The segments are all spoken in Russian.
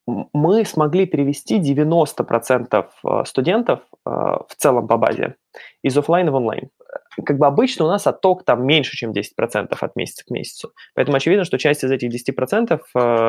Мы смогли перевести 90% студентов в целом по базе из оффлайна в онлайн. Как бы обычно у нас отток там меньше, чем 10% от месяца к месяцу. Поэтому очевидно, что часть из этих 10%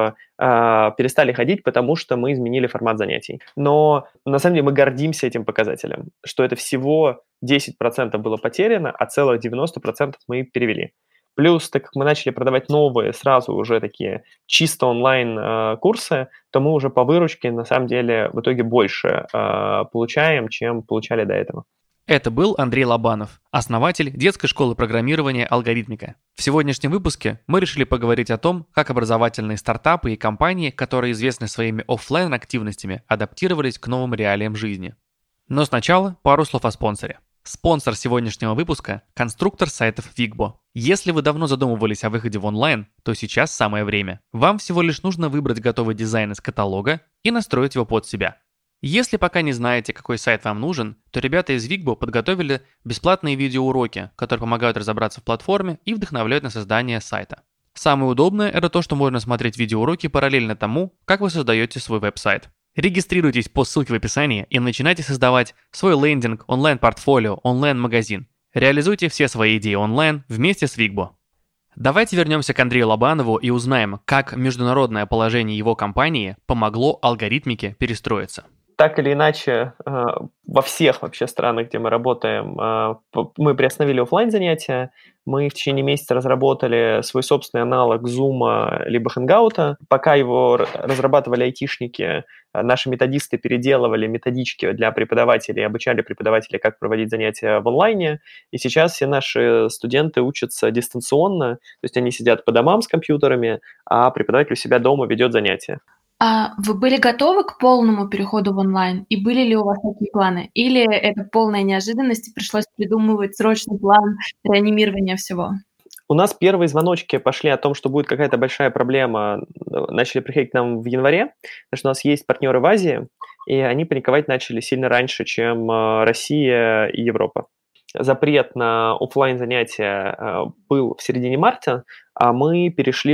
перестали ходить, потому что мы изменили формат занятий. Но на самом деле мы гордимся этим показателем, что это всего 10% было потеряно, а целых 90% мы перевели. Плюс, так как мы начали продавать новые, сразу уже такие чисто онлайн курсы, то мы уже по выручке на самом деле в итоге больше получаем, чем получали до этого. Это был Андрей Лобанов, основатель детской школы программирования «Алгоритмика». В сегодняшнем выпуске мы решили поговорить о том, как образовательные стартапы и компании, которые известны своими офлайн-активностями, адаптировались к новым реалиям жизни. Но сначала пару слов о спонсоре. Спонсор сегодняшнего выпуска – конструктор сайтов Wigbo. Если вы давно задумывались о выходе в онлайн, то сейчас самое время. Вам всего лишь нужно выбрать готовый дизайн из каталога и настроить его под себя. Если пока не знаете, какой сайт вам нужен, то ребята из Wigbo подготовили бесплатные видеоуроки, которые помогают разобраться в платформе и вдохновляют на создание сайта. Самое удобное – это то, что можно смотреть видеоуроки параллельно тому, как вы создаете свой веб-сайт. Регистрируйтесь по ссылке в описании и начинайте создавать свой лендинг, онлайн-портфолио, онлайн-магазин. Реализуйте все свои идеи онлайн вместе с Wigbo. Давайте вернемся к Андрею Лобанову и узнаем, как международное положение его компании помогло алгоритмике перестроиться. Так или иначе, во всех вообще странах, где мы работаем, мы приостановили офлайн занятия, мы в течение месяца разработали свой собственный аналог Zoom либо Hangout. Пока его разрабатывали айтишники, наши методисты переделывали методички для преподавателей, обучали преподавателей, как проводить занятия в онлайне. И сейчас все наши студенты учатся дистанционно, то есть они сидят по домам с компьютерами, а преподаватель у себя дома ведет занятия. А вы были готовы к полному переходу в онлайн? И были ли у вас такие планы? Или это полная неожиданность и пришлось придумывать срочный план реанимирования всего? У нас первые звоночки пошли о том, что будет какая-то большая проблема, начали приходить к нам в январе, потому что у нас есть партнеры в Азии, и они паниковать начали сильно раньше, чем Россия и Европа. Запрет на офлайн занятия был в середине марта, а мы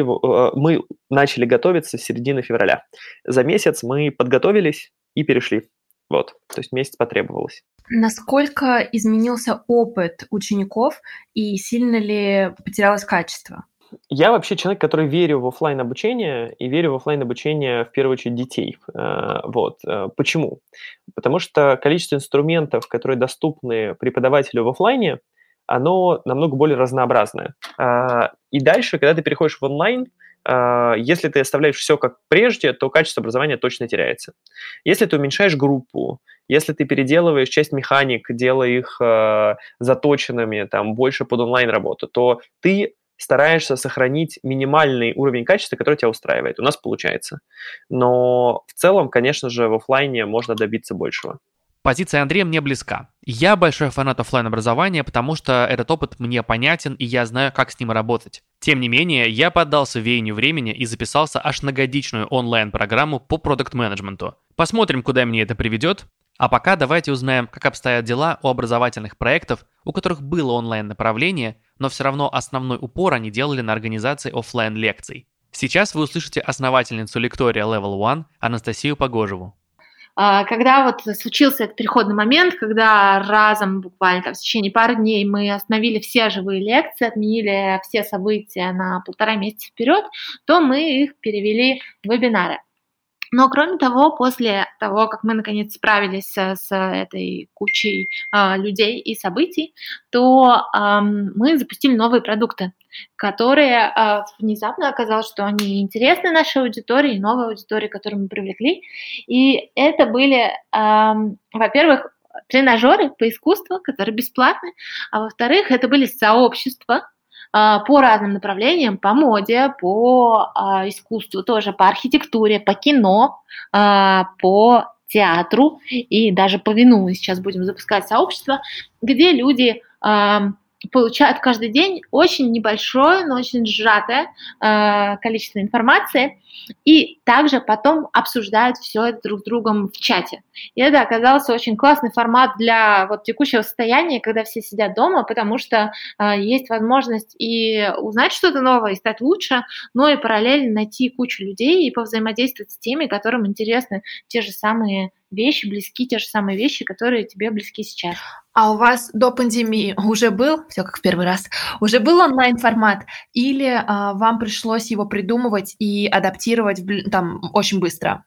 начали готовиться с середины февраля. За месяц мы подготовились и перешли. Вот, то есть месяц потребовалось. Насколько изменился опыт учеников и сильно ли потерялось качество? Я вообще человек, который верю в офлайн обучение и верю в офлайн обучение в первую очередь детей. Вот. Почему? Потому что количество инструментов, которые доступны преподавателю в офлайне, оно намного более разнообразное. И дальше, когда ты переходишь в онлайн, если ты оставляешь все как прежде, то качество образования точно теряется. Если ты уменьшаешь группу, если ты переделываешь часть механик, делая их заточенными, там, больше под онлайн-работу, то ты стараешься сохранить минимальный уровень качества, который тебя устраивает. У нас получается. Но в целом, конечно же, в офлайне можно добиться большего. Позиция Андрея мне близка. Я большой фанат офлайн-образования, потому что этот опыт мне понятен, и я знаю, как с ним работать. Тем не менее, я поддался веянию времени и записался аж на годичную онлайн-программу по продакт-менеджменту. Посмотрим, куда меня это приведет. А пока давайте узнаем, как обстоят дела у образовательных проектов, у которых было онлайн-направление, но все равно основной упор они делали на организации офлайн-лекций. Сейчас вы услышите основательницу лектория Level One Анастасию Погожеву. Когда вот случился этот переходный момент, когда разом буквально там, в течение пары дней мы остановили все живые лекции, отменили все события на 1,5 месяца вперед, то мы их перевели в вебинары. Но кроме того, после того, как мы наконец справились с этой кучей людей и событий, то мы запустили новые продукты, которые внезапно оказалось, что они интересны нашей аудитории, новой аудитории, которую мы привлекли. И это были, во-первых, тренажеры по искусству, которые бесплатны, а во-вторых, это были сообщества по разным направлениям, по моде, по искусству, тоже по архитектуре, по кино, по театру и даже по вину. Мы сейчас будем запускать сообщества, где люди получают каждый день очень небольшое, но очень сжатое количество информации, и также потом обсуждают все это друг с другом в чате. И это оказался очень классный формат для вот текущего состояния, когда все сидят дома, потому что есть возможность и узнать что-то новое, и стать лучше, но и параллельно найти кучу людей и повзаимодействовать с теми, которым интересны те же самые вещи, близки те же самые вещи, которые тебе близки сейчас. А у вас до пандемии уже был, все как в первый раз, уже был онлайн-формат, или вам пришлось его придумывать и адаптировать там очень быстро?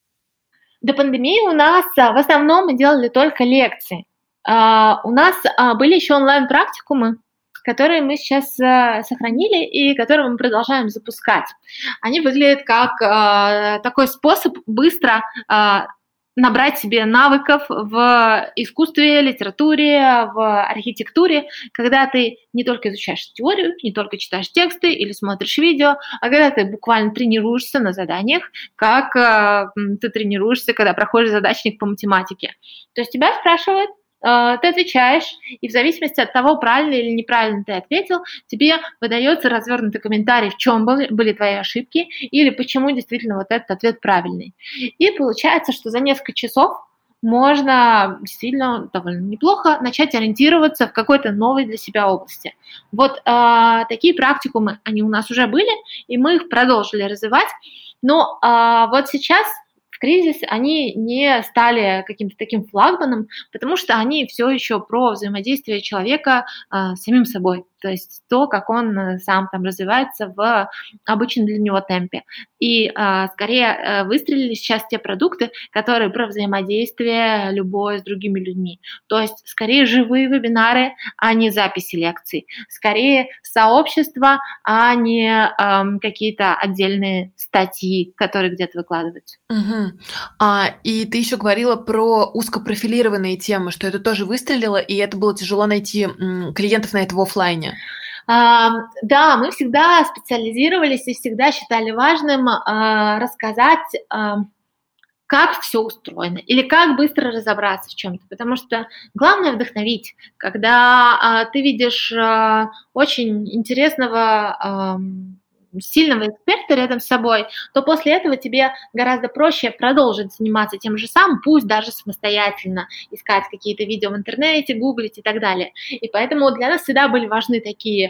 До пандемии у нас в основном мы делали только лекции. У нас были еще онлайн-практикумы, которые мы сейчас сохранили и которые мы продолжаем запускать. Они выглядят как такой способ быстро набрать себе навыков в искусстве, литературе, в архитектуре, когда ты не только изучаешь теорию, не только читаешь тексты или смотришь видео, а когда ты буквально тренируешься на заданиях, как ты тренируешься, когда проходишь задачник по математике. То есть тебя спрашивают, ты отвечаешь, и в зависимости от того, правильно или неправильно ты ответил, тебе выдается развернутый комментарий, в чем были твои ошибки, или почему действительно вот этот ответ правильный. И получается, что за несколько часов можно действительно довольно неплохо начать ориентироваться в какой-то новой для себя области. Вот такие практикумы, они у нас уже были, и мы их продолжили развивать, но вот сейчас в кризис они не стали каким-то таким флагманом, потому что они все еще про взаимодействие человека с самим собой, то есть то, как он сам там развивается в обычном для него темпе. И скорее выстрелили сейчас те продукты, которые про взаимодействие любое с другими людьми. То есть скорее живые вебинары, а не записи лекций. Скорее сообщество, а не какие-то отдельные статьи, которые где-то выкладываются. Угу. И ты еще говорила про узкопрофилированные темы, что это тоже выстрелило, и это было тяжело найти клиентов на это в офлайне. Да, мы всегда специализировались и всегда считали важным рассказать, как все устроено или как быстро разобраться в чем-то, потому что главное вдохновить. Когда ты видишь очень интересного сильного эксперта рядом с собой, то после этого тебе гораздо проще продолжить заниматься тем же самым, пусть даже самостоятельно, искать какие-то видео в интернете, гуглить и так далее. И поэтому для нас всегда были важны такие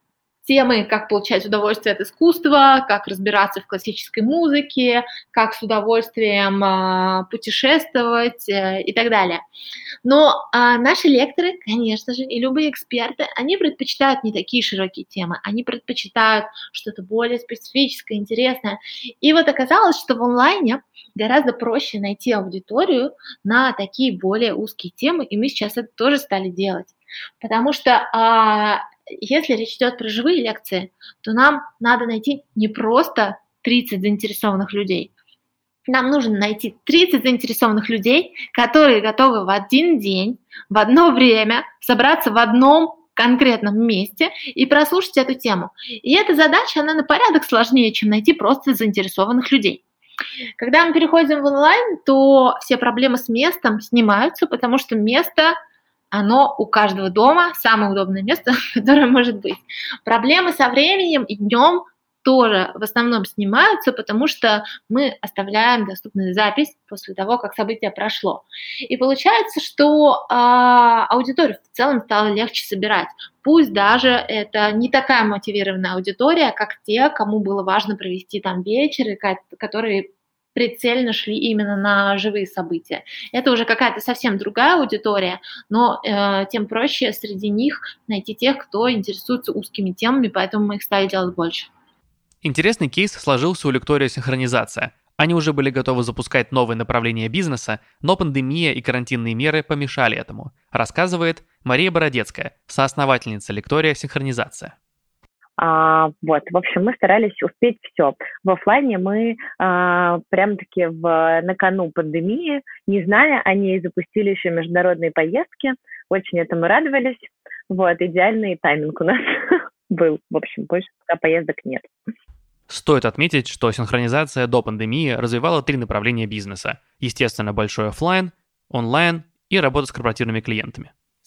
темы, как получать удовольствие от искусства, как разбираться в классической музыке, как с удовольствием путешествовать и так далее. Но наши лекторы, конечно же, и любые эксперты, они предпочитают не такие широкие темы, они предпочитают что-то более специфическое, интересное. И вот оказалось, что в онлайне гораздо проще найти аудиторию на такие более узкие темы, и мы сейчас это тоже стали делать. Потому что если речь идет про живые лекции, то нам надо найти не просто 30 заинтересованных людей. Нам нужно найти 30 заинтересованных людей, которые готовы в один день, в одно время собраться в одном конкретном месте и прослушать эту тему. И эта задача, она на порядок сложнее, чем найти просто заинтересованных людей. Когда мы переходим в онлайн, то все проблемы с местом снимаются, потому что место, оно у каждого дома самое удобное место, которое может быть. Проблемы со временем и днем тоже в основном снимаются, потому что мы оставляем доступную запись после того, как событие прошло. И получается, что аудиторию в целом стало легче собирать. Пусть даже это не такая мотивированная аудитория, как те, кому было важно провести там вечер, которые прицельно шли именно на живые события. Это уже какая-то совсем другая аудитория, но тем проще среди них найти тех, кто интересуется узкими темами, поэтому мы их стали делать больше. Интересный кейс сложился у лектория «Синхронизация». Они уже были готовы запускать новые направления бизнеса, но пандемия и карантинные меры помешали этому, рассказывает Мария Бородецкая, соосновательница лектория «Синхронизация». В общем, мы старались успеть все. В офлайне мы прям-таки на кону пандемии, не зная о ней, запустили еще международные поездки. Очень этому радовались. Идеальный тайминг у нас был. В общем, больше пока поездок нет. Стоит отметить, что синхронизация до пандемии развивала 3 направления бизнеса. Естественно, большой офлайн, онлайн и работа с корпоративными клиентами.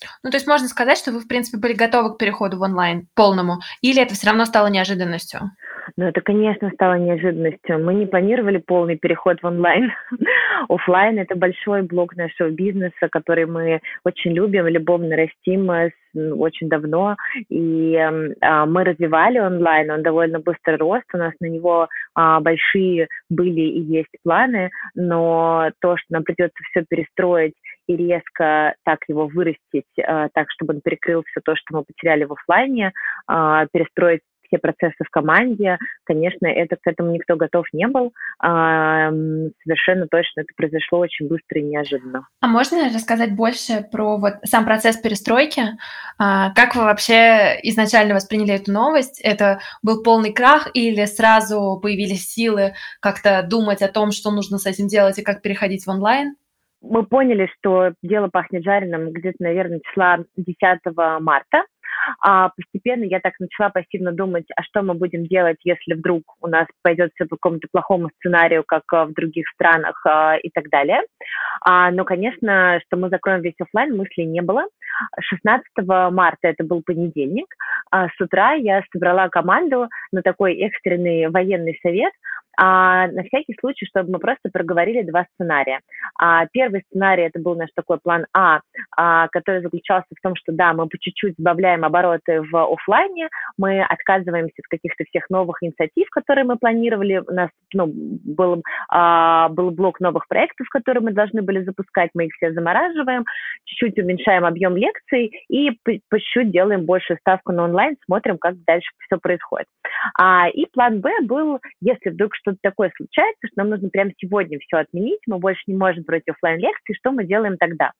Ну, то есть можно сказать, что вы, в принципе, были готовы к переходу в онлайн полному, или это все равно стало неожиданностью? Ну, это, конечно, стало неожиданностью. Мы не планировали полный переход в онлайн. Оффлайн – это большой блок нашего бизнеса, который мы очень любим, любовно растим очень давно. И мы развивали онлайн, он довольно быстро рос, у нас на него большие были и есть планы, но то, что нам придется все перестроить и резко так его вырастить, так, чтобы он перекрыл все то, что мы потеряли в оффлайне, перестроить все процессы в команде, конечно, к этому никто готов не был. Совершенно точно это произошло очень быстро и неожиданно. А можно рассказать больше про вот сам процесс перестройки? Как вы вообще изначально восприняли эту новость? Это был полный крах или сразу появились силы как-то думать о том, что нужно с этим делать и как переходить в онлайн? Мы поняли, что дело пахнет жареным где-то, наверное, числа 10 марта. Постепенно я так начала пассивно думать, а что мы будем делать, если вдруг у нас пойдет все по какому-то плохому сценарию, как в других странах и так далее. Но, конечно, что мы закроем весь офлайн, мыслей не было. 16 марта, это был понедельник, с утра я собрала команду на такой экстренный военный совет, на всякий случай, чтобы мы просто проговорили два сценария. Первый сценарий, это был наш такой план который заключался в том, что да, мы по чуть-чуть сбавляем обороты в офлайне, мы отказываемся от каких-то всех новых инициатив, которые мы планировали. У нас был блок новых проектов, которые мы должны были запускать, мы их все замораживаем, чуть-чуть уменьшаем объем лекций и по чуть-чуть делаем большую ставку на онлайн, смотрим, как дальше все происходит. И план Б был, если вдруг что-то такое случается, что нам нужно прямо сегодня все отменить, мы больше не можем брать офлайн-лекции, что мы делаем тогда?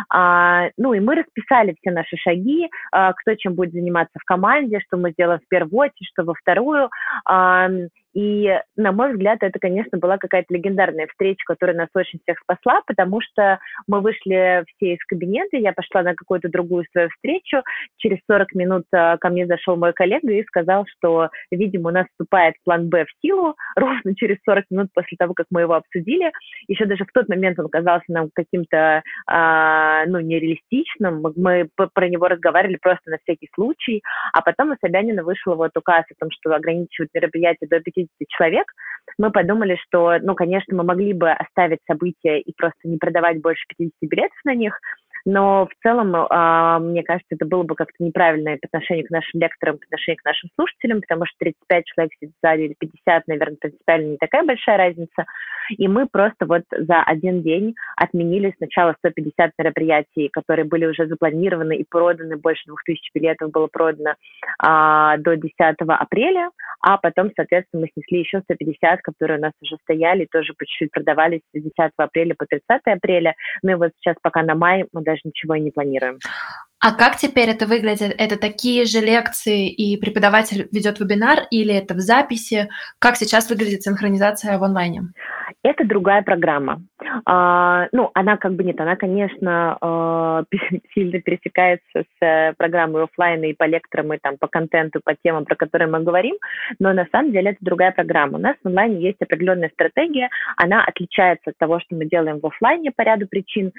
И мы расписали все наши шаги, кто чем будет заниматься в команде, что мы сделаем в первую очередь, что во вторую. И, на мой взгляд, это, конечно, была какая-то легендарная встреча, которая нас очень всех спасла, потому что мы вышли все из кабинета, я пошла на какую-то другую свою встречу, через 40 минут ко мне зашел мой коллега и сказал, что, видимо, у нас вступает план Б в силу ровно через 40 минут после того, как мы его обсудили. Еще даже в тот момент он казался нам каким-то, нереалистичным, мы про него разговаривали просто на всякий случай, а потом у Собянина вышел вот указ о том, что ограничивают мероприятия до 50 человек. Мы подумали, что, конечно, мы могли бы оставить события и просто не продавать больше 50 билетов на них, но в целом, мне кажется, это было бы как-то неправильно по отношению к нашим лекторам, по отношению к нашим слушателям, потому что 35 человек сидит в зале или 50, наверное, принципиально не такая большая разница. И мы просто вот за один день отменили сначала 150 мероприятий, которые были уже запланированы и проданы, больше 2000 билетов было продано до 10 апреля, а потом, соответственно, мы снесли еще 150, которые у нас уже стояли, тоже по чуть-чуть продавались с 10 апреля по 30 апреля. Ну и вот сейчас пока на май мы даже ничего и не планируем. А как теперь это выглядит? Это такие же лекции, и преподаватель ведет вебинар, или это в записи? Как сейчас выглядит синхронизация в онлайне? Это другая программа. Она конечно, сильно пересекается с программой офлайна и по лекторам, и там по контенту, по темам, про которые мы говорим, но на самом деле это другая программа. У нас в онлайне есть определенная стратегия, она отличается от того, что мы делаем в офлайне по ряду причин.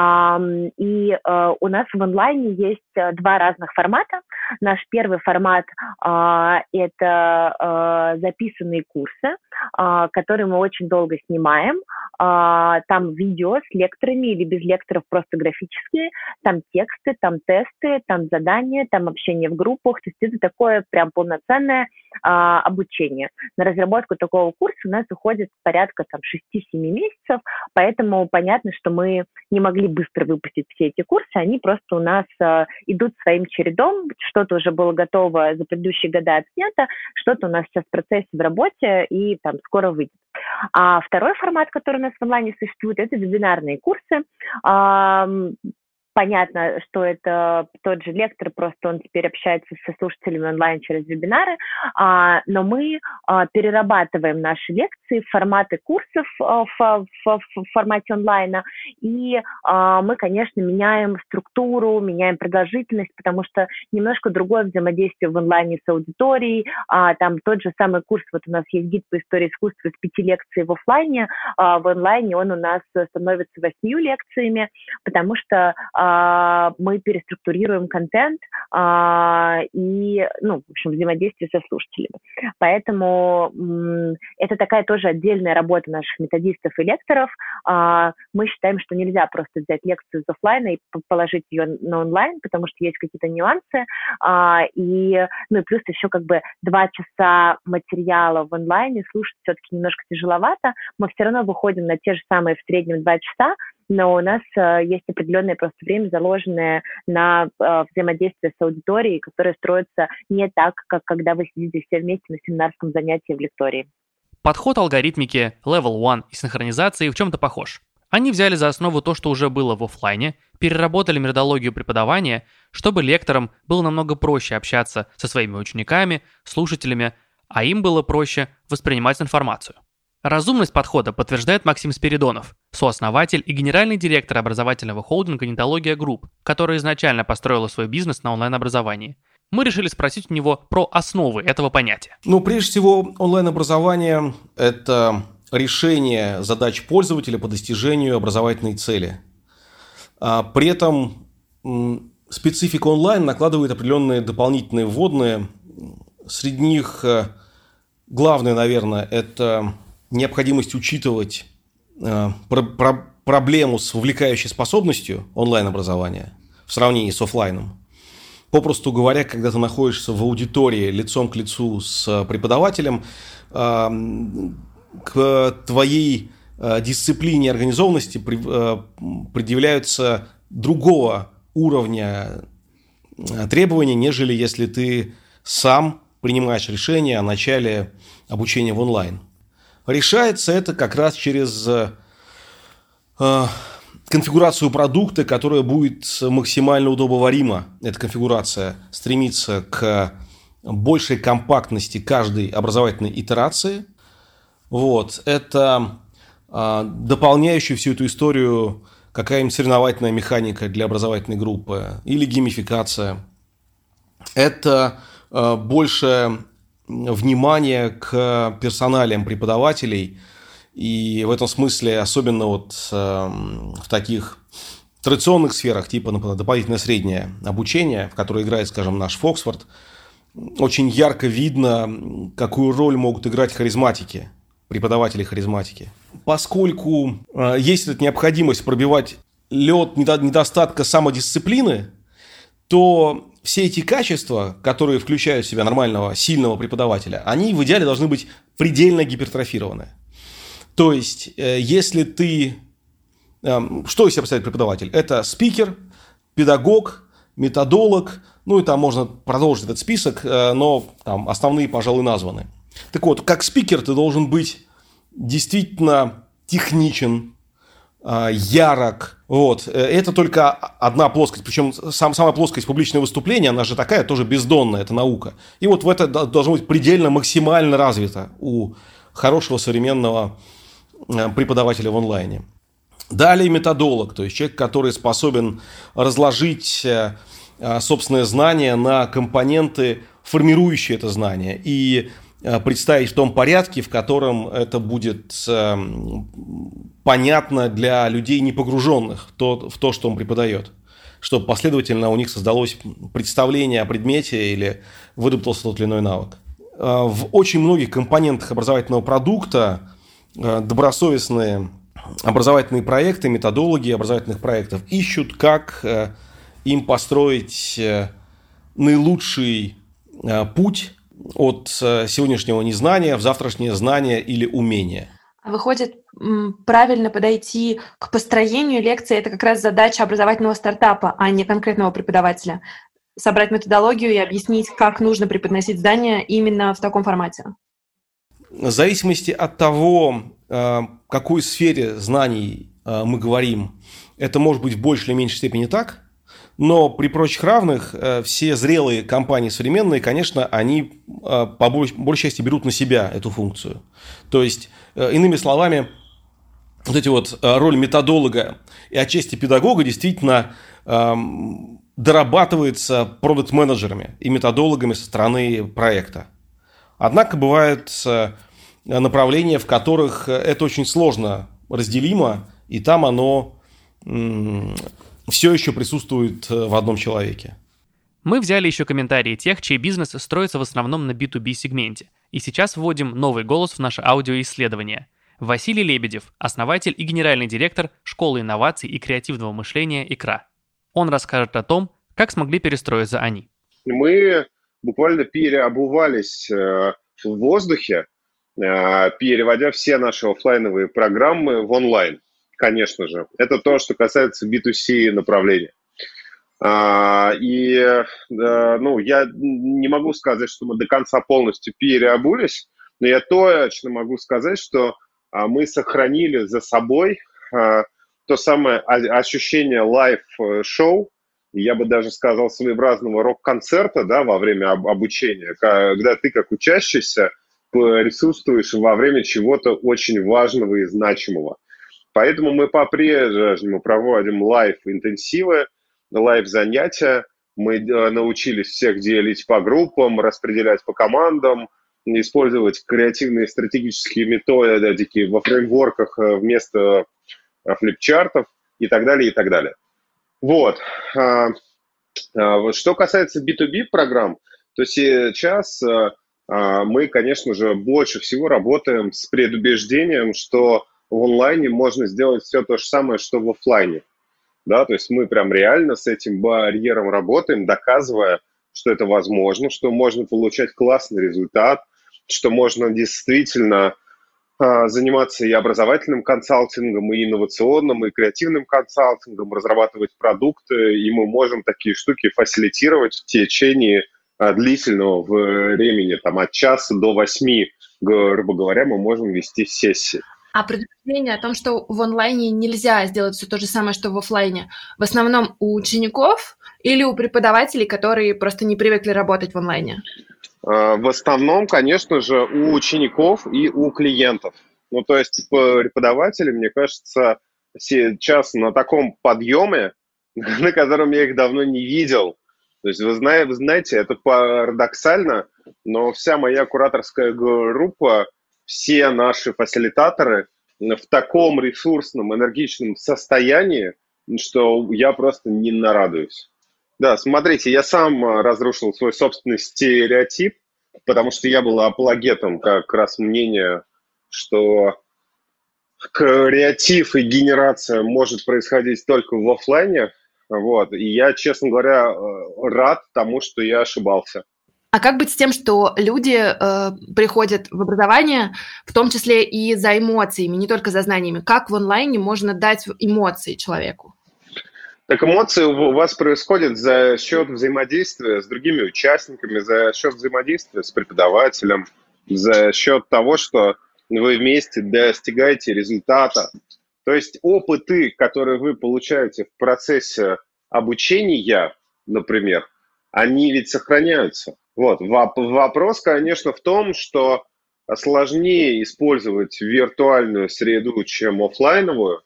И у нас в онлайне есть два разных формата. Наш первый формат – это записанные курсы, которые мы очень долго снимаем. Там видео с лекторами или без лекторов, просто графические. Там тексты, там тесты, там задания, там общение в группах. То есть это такое прям полноценное обучение. На разработку такого курса у нас уходит порядка 6-7 месяцев, поэтому понятно, что мы не могли быстро выпустить все эти курсы, они просто у нас идут своим чередом, что-то уже было готово за предыдущие года отснято, что-то у нас сейчас в процессе в работе и там скоро выйдет. А второй формат, который у нас в онлайне существует, это вебинарные курсы. Понятно, что это тот же лектор, просто он теперь общается со слушателями онлайн через вебинары, но мы перерабатываем наши лекции в форматы курсов в формате онлайна, и мы, конечно, меняем структуру, меняем продолжительность, потому что немножко другое взаимодействие в онлайне с аудиторией. Там тот же самый курс, вот у нас есть гид по истории искусства с 5 лекций в офлайне, в онлайне он у нас становится 8 лекциями, потому что мы переструктурируем контент и, в общем, взаимодействие со слушателями. Поэтому это такая тоже отдельная работа наших методистов и лекторов. Мы считаем, что нельзя просто взять лекцию из офлайна и положить ее на онлайн, потому что есть какие-то нюансы. И плюс еще 2 часа материала в онлайне слушать все-таки немножко тяжеловато. Мы все равно выходим на те же самые в среднем 2 часа, но у нас есть определенное просто время, заложенное на взаимодействие с аудиторией, которое строится не так, как когда вы сидите все вместе на семинарском занятии в лектории. Подход алгоритмики Level 1 и синхронизации в чем-то похож. Они взяли за основу то, что уже было в офлайне, переработали методологию преподавания, чтобы лекторам было намного проще общаться со своими учениками, слушателями, а им было проще воспринимать информацию. Разумность подхода подтверждает Максим Спиридонов, сооснователь и генеральный директор образовательного холдинга «Нетология Групп», который изначально построила свой бизнес на онлайн-образовании. Мы решили спросить у него про основы этого понятия. Прежде всего, онлайн-образование – это решение задач пользователя по достижению образовательной цели. При этом специфика онлайн накладывает определенные дополнительные вводные. Среди них главное, наверное, это необходимость учитывать проблему с вовлекающей способностью онлайн-образования в сравнении с офлайном. Попросту говоря, когда ты находишься в аудитории лицом к лицу с преподавателем, к твоей дисциплине и организованности предъявляются другого уровня требования, нежели если ты сам принимаешь решение о начале обучения в онлайн. Решается это как раз через конфигурацию продукта, которая будет максимально удобоварима. Эта конфигурация стремится к большей компактности каждой образовательной итерации. Это дополняющая всю эту историю какая-нибудь соревновательная механика для образовательной группы или геймификация. Это больше внимание к персоналиям преподавателей. И в этом смысле, особенно в таких традиционных сферах, типа, например, дополнительное среднее обучение, в которое играет, скажем, наш Фоксфорд, очень ярко видно, какую роль могут играть харизматики, преподаватели харизматики. Поскольку есть эта необходимость пробивать лед недостатка самодисциплины, то все эти качества, которые включают в себя нормального, сильного преподавателя, они в идеале должны быть предельно гипертрофированы. То есть, если ты... Что из себя представляет преподаватель? Это спикер, педагог, методолог, и там можно продолжить этот список, но там основные, пожалуй, названы. Так вот, как спикер ты должен быть действительно техничен, ярок. Это только одна плоскость. Причем самая плоскость публичного выступления, она же такая, тоже бездонная, это наука. И в это должно быть предельно максимально развито у хорошего современного преподавателя в онлайне. Далее методолог, то есть человек, который способен разложить собственное знание на компоненты, формирующие это знание, и представить в том порядке, в котором это будет понятно для людей, не погруженных в то, что он преподает, чтобы последовательно у них создалось представление о предмете или выработался тот или иной навык. В очень многих компонентах образовательного продукта добросовестные образовательные проекты, методологи образовательных проектов ищут, как им построить наилучший путь от сегодняшнего незнания в завтрашнее знание или умение. Выходит, правильно подойти к построению лекции – это как раз задача образовательного стартапа, а не конкретного преподавателя. Собрать методологию и объяснить, как нужно преподносить знания именно в таком формате. В зависимости от того, о какой сфере знаний мы говорим, это может быть в большей или меньшей степени так, но при прочих равных все зрелые компании современные, конечно, они по большей части берут на себя эту функцию. То есть, иными словами, роль методолога и отчасти педагога действительно дорабатывается продакт-менеджерами и методологами со стороны проекта. Однако бывают направления, в которых это очень сложно разделимо, и там оно все еще присутствует в одном человеке. Мы взяли еще комментарии тех, чей бизнес строится в основном на B2B-сегменте, и сейчас вводим новый голос в наше аудиоисследование. Василий Лебедев, основатель и генеральный директор Школы инноваций и креативного мышления «Икра». Он расскажет о том, как смогли перестроиться они. Мы буквально переобувались в воздухе, переводя все наши офлайновые программы в онлайн, конечно же. Это то, что касается B2C направления. Я не могу сказать, что мы до конца полностью переобулись, но я точно могу сказать, что мы сохранили за собой то самое ощущение лайв-шоу, я бы даже сказал, своеобразного рок-концерта, да, во время обучения, когда ты как учащийся присутствуешь во время чего-то очень важного и значимого. Поэтому мы по-прежнему проводим лайв-интенсивы, лайв-занятия. Мы научились всех делить по группам, распределять по командам, использовать креативные стратегические методики во фреймворках вместо флипчартов и так далее, и так далее. Вот. Что касается B2B программ, то сейчас мы, конечно же, больше всего работаем с предубеждением, что в онлайне можно сделать все то же самое, что в офлайне. Да, то есть мы прям реально с этим барьером работаем, доказывая, что это возможно, что можно получать классный результат, что можно действительно заниматься и образовательным консалтингом, и инновационным, и креативным консалтингом, разрабатывать продукты, и мы можем такие штуки фасилитировать в течение длительного времени, там, от часа до 8, грубо говоря, мы можем вести сессии. А предупреждение о том, что в онлайне нельзя сделать все то же самое, что в офлайне, в основном у учеников или у преподавателей, которые просто не привыкли работать в онлайне? В основном, конечно же, у учеников и у клиентов. Ну, то есть преподаватели, мне кажется, сейчас на таком подъеме, на котором я их давно не видел. То есть вы знаете, это парадоксально, но вся моя кураторская группа, все наши фасилитаторы в таком ресурсном, энергичном состоянии, что я просто не нарадуюсь. Да, смотрите, я сам разрушил свой собственный стереотип, потому что я был апологетом как раз мнения, что креатив и генерация может происходить только в офлайне. Вот. И я, честно говоря, рад тому, что я ошибался. А как быть с тем, что люди приходят в образование, в том числе и за эмоциями, не только за знаниями? Как в онлайне можно дать эмоции человеку? Так эмоции у вас происходят за счет взаимодействия с другими участниками, за счет взаимодействия с преподавателем, за счет того, что вы вместе достигаете результата. То есть опыты, которые вы получаете в процессе обучения, например, они ведь сохраняются. Вот. Вопрос, конечно, в том, что сложнее использовать виртуальную среду, чем офлайновую,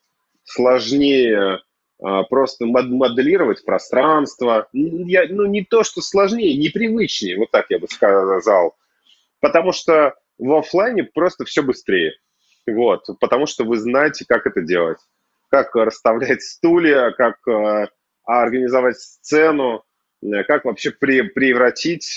сложнее просто моделировать пространство. Не то, что сложнее, непривычнее, вот так я бы сказал. Потому что в офлайне просто все быстрее. Вот, потому что вы знаете, как это делать. Как расставлять стулья, как организовать сцену, как вообще превратить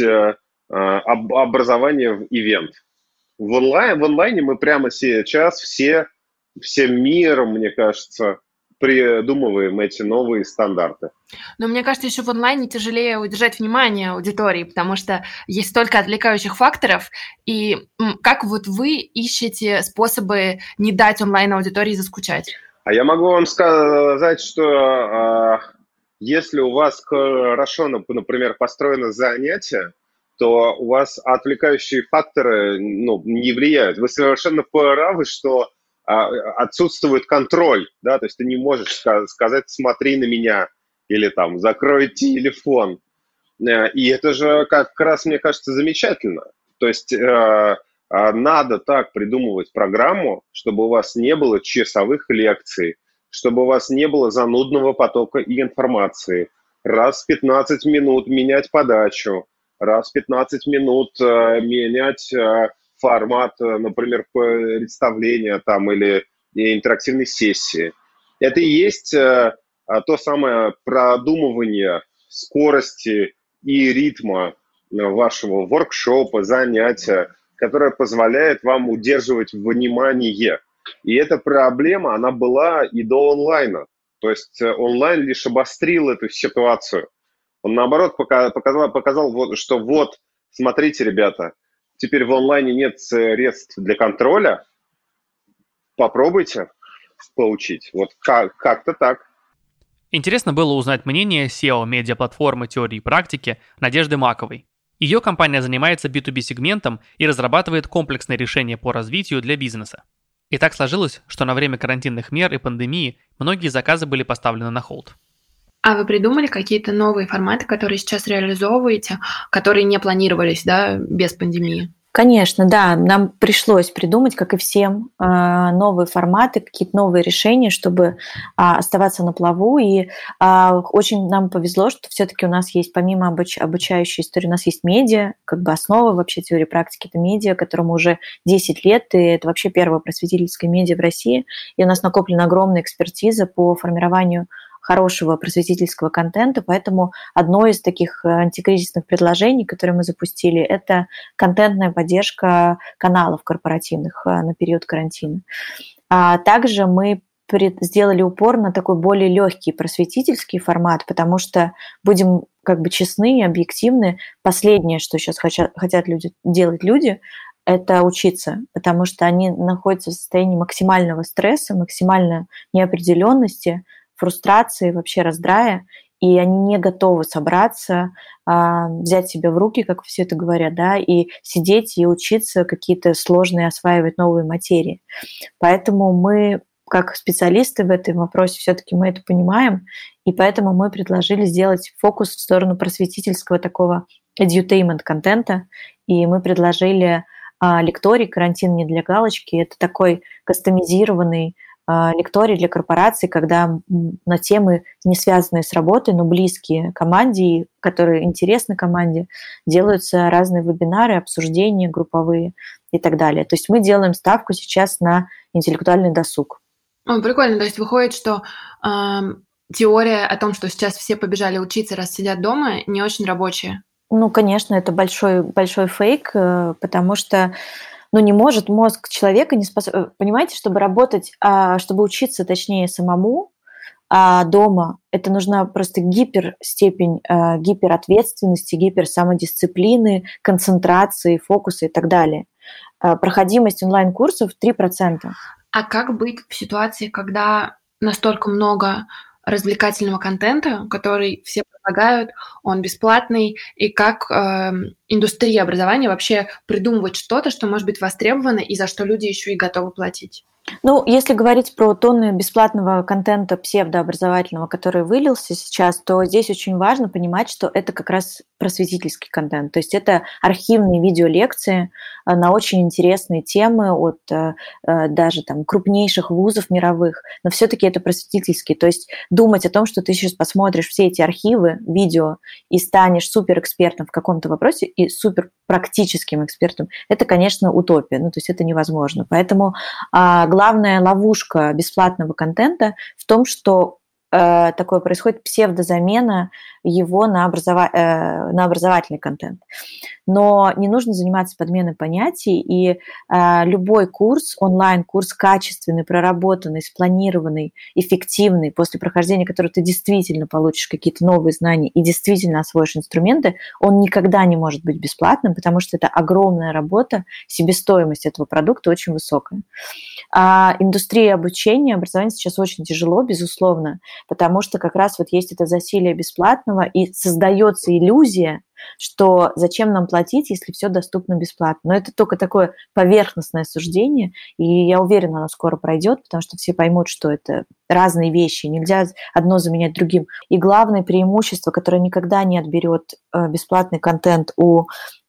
образование в ивент. В онлайне мы прямо сейчас всем миром, мне кажется, придумываем эти новые стандарты. Но мне кажется, еще в онлайне тяжелее удержать внимание аудитории, потому что есть столько отвлекающих факторов. И как вот вы ищете способы не дать онлайн-аудитории заскучать? А я могу вам сказать, что если у вас хорошо, например, построено занятие, то у вас отвлекающие факторы не влияют. Вы совершенно правы, что отсутствует контроль, да, то есть ты не можешь сказать «смотри на меня» или там «закрой телефон». И это же как раз, мне кажется, замечательно. То есть надо так придумывать программу, чтобы у вас не было часовых лекций, чтобы у вас не было занудного потока информации. Раз в 15 минут менять подачу, раз в 15 минут менять формат, например, представления там или интерактивной сессии. Это и есть то самое продумывание скорости и ритма вашего воркшопа, занятия, которое позволяет вам удерживать внимание. И эта проблема, она была и до онлайна. То есть онлайн лишь обострил эту ситуацию. Он, наоборот, показал, что вот, смотрите, ребята, теперь в онлайне нет средств для контроля, попробуйте получить. Вот как-то так. Интересно было узнать мнение SEO медиаплатформы теории и практики Надежды Маковой. Ее компания занимается B2B-сегментом и разрабатывает комплексные решения по развитию для бизнеса. И так сложилось, что на время карантинных мер и пандемии многие заказы были поставлены на холд. А вы придумали какие-то новые форматы, которые сейчас реализовываете, которые не планировались, да, без пандемии? Конечно, да, нам пришлось придумать, как и всем, новые форматы, какие-то новые решения, чтобы оставаться на плаву. И очень нам повезло, что все-таки у нас есть, помимо обучающей истории, у нас есть медиа, как бы основа вообще теории практики, это медиа, которому уже 10 лет, и это вообще первое просветительское медиа в России. И у нас накоплена огромная экспертиза по формированию хорошего просветительского контента, поэтому одно из таких антикризисных предложений, которые мы запустили, это контентная поддержка каналов корпоративных на период карантина. А также мы сделали упор на такой более легкий просветительский формат, потому что, будем как бы честны и объективны, последнее, что сейчас хотят делать люди, это учиться, потому что они находятся в состоянии максимального стресса, максимальной неопределенности, фрустрации, вообще раздрая, и они не готовы собраться, взять себя в руки, как все это говорят, да, и сидеть и учиться какие-то сложные, осваивать новые материи. Поэтому мы, как специалисты в этом вопросе, все-таки мы это понимаем, и поэтому мы предложили сделать фокус в сторону просветительского такого edutainment-контента, и мы предложили лекторий «Карантин не для галочки». Это такой кастомизированный лекторий для корпораций, когда на темы, не связанные с работой, но близкие команде, которые интересны команде, делаются разные вебинары, обсуждения групповые и так далее. То есть мы делаем ставку сейчас на интеллектуальный досуг. Прикольно. То есть выходит, что теория о том, что сейчас все побежали учиться, раз сидят дома, не очень рабочая. Ну, конечно, это большой фейк, потому что не может мозг человека не способен. Понимаете, чтобы работать, чтобы учиться, точнее, самому дома, это нужна просто гиперстепень гиперответственности, гиперсамодисциплины, концентрации, фокуса и так далее. Проходимость онлайн-курсов 3%. А как быть в ситуации, когда настолько много развлекательного контента, который все предлагают, он бесплатный, и как индустрия образования вообще придумывать что-то, что может быть востребовано и за что люди еще и готовы платить? Если говорить про тонны бесплатного контента псевдообразовательного, который вылился сейчас, то здесь очень важно понимать, что это как раз просветительский контент. То есть это архивные видеолекции на очень интересные темы от даже там крупнейших вузов мировых, но все-таки это просветительский. То есть думать о том, что ты сейчас посмотришь все эти архивы, видео и станешь суперэкспертом в каком-то вопросе и суперпрактическим экспертом, это, конечно, утопия. То есть это невозможно. Поэтому главная ловушка бесплатного контента в том, что такое происходит псевдозамена его на образовательный контент. Но не нужно заниматься подменой понятий, и любой курс, онлайн-курс качественный, проработанный, спланированный, эффективный, после прохождения которого ты действительно получишь какие-то новые знания и действительно освоишь инструменты, он никогда не может быть бесплатным, потому что это огромная работа, себестоимость этого продукта очень высокая. А индустрия обучения, образования сейчас очень тяжело, безусловно, потому что как раз вот есть это засилие бесплатного, и создается иллюзия, что зачем нам платить, если все доступно бесплатно. Но это только такое поверхностное суждение, и я уверена, оно скоро пройдет, потому что все поймут, что это разные вещи, нельзя одно заменять другим. И главное преимущество, которое никогда не отберет бесплатный контент у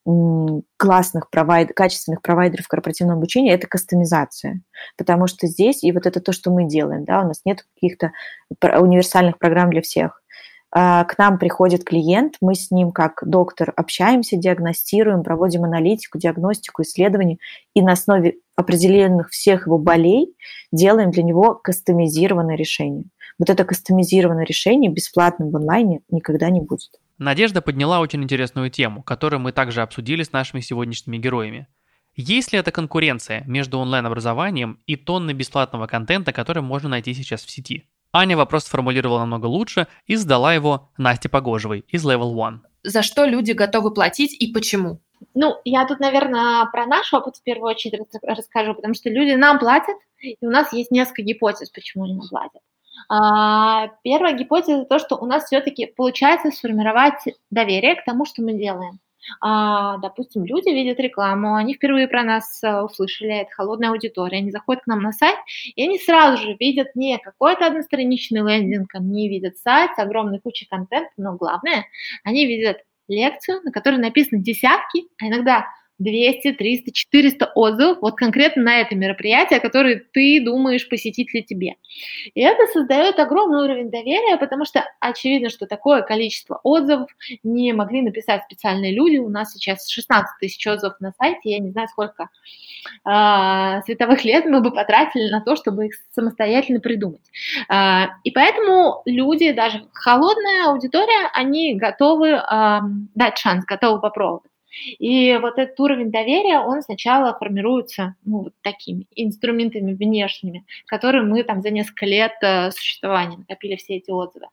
классных качественных провайдеров корпоративного обучения, это кастомизация. Потому что здесь, и вот это то, что мы делаем, да, у нас нет каких-то универсальных программ для всех. К нам приходит клиент, мы с ним как доктор общаемся, диагностируем, проводим аналитику, диагностику, исследования, и на основе определенных всех его болей делаем для него кастомизированное решение. Вот это кастомизированное решение бесплатным в онлайне никогда не будет. Надежда подняла очень интересную тему, которую мы также обсудили с нашими сегодняшними героями. Есть ли это конкуренция между онлайн-образованием и тонной бесплатного контента, который можно найти сейчас в сети? Аня вопрос сформулировала намного лучше и задала его Насте Погожевой из Level One. За что люди готовы платить и почему? Я тут, наверное, про наш опыт в первую очередь расскажу, потому что люди нам платят, и у нас есть несколько гипотез, почему они нам платят. Первая гипотеза – то, что у нас все-таки получается сформировать доверие к тому, что мы делаем. Допустим, люди видят рекламу, они впервые про нас услышали, это холодная аудитория, они заходят к нам на сайт, и они сразу же видят не какой-то одностраничный лендинг, они видят сайт с огромной кучей контента, но главное, они видят лекцию, на которой написаны десятки, а иногда 200, 300, 400 отзывов вот конкретно на это мероприятие, которое ты думаешь, посетить ли тебе. И это создает огромный уровень доверия, потому что очевидно, что такое количество отзывов не могли написать специальные люди. У нас сейчас 16 тысяч отзывов на сайте, я не знаю, сколько световых лет мы бы потратили на то, чтобы их самостоятельно придумать. И поэтому люди, даже холодная аудитория, они готовы дать шанс, готовы попробовать. И вот этот уровень доверия, он сначала формируется вот такими инструментами внешними, которые мы там за несколько лет существования накопили все эти отзывы.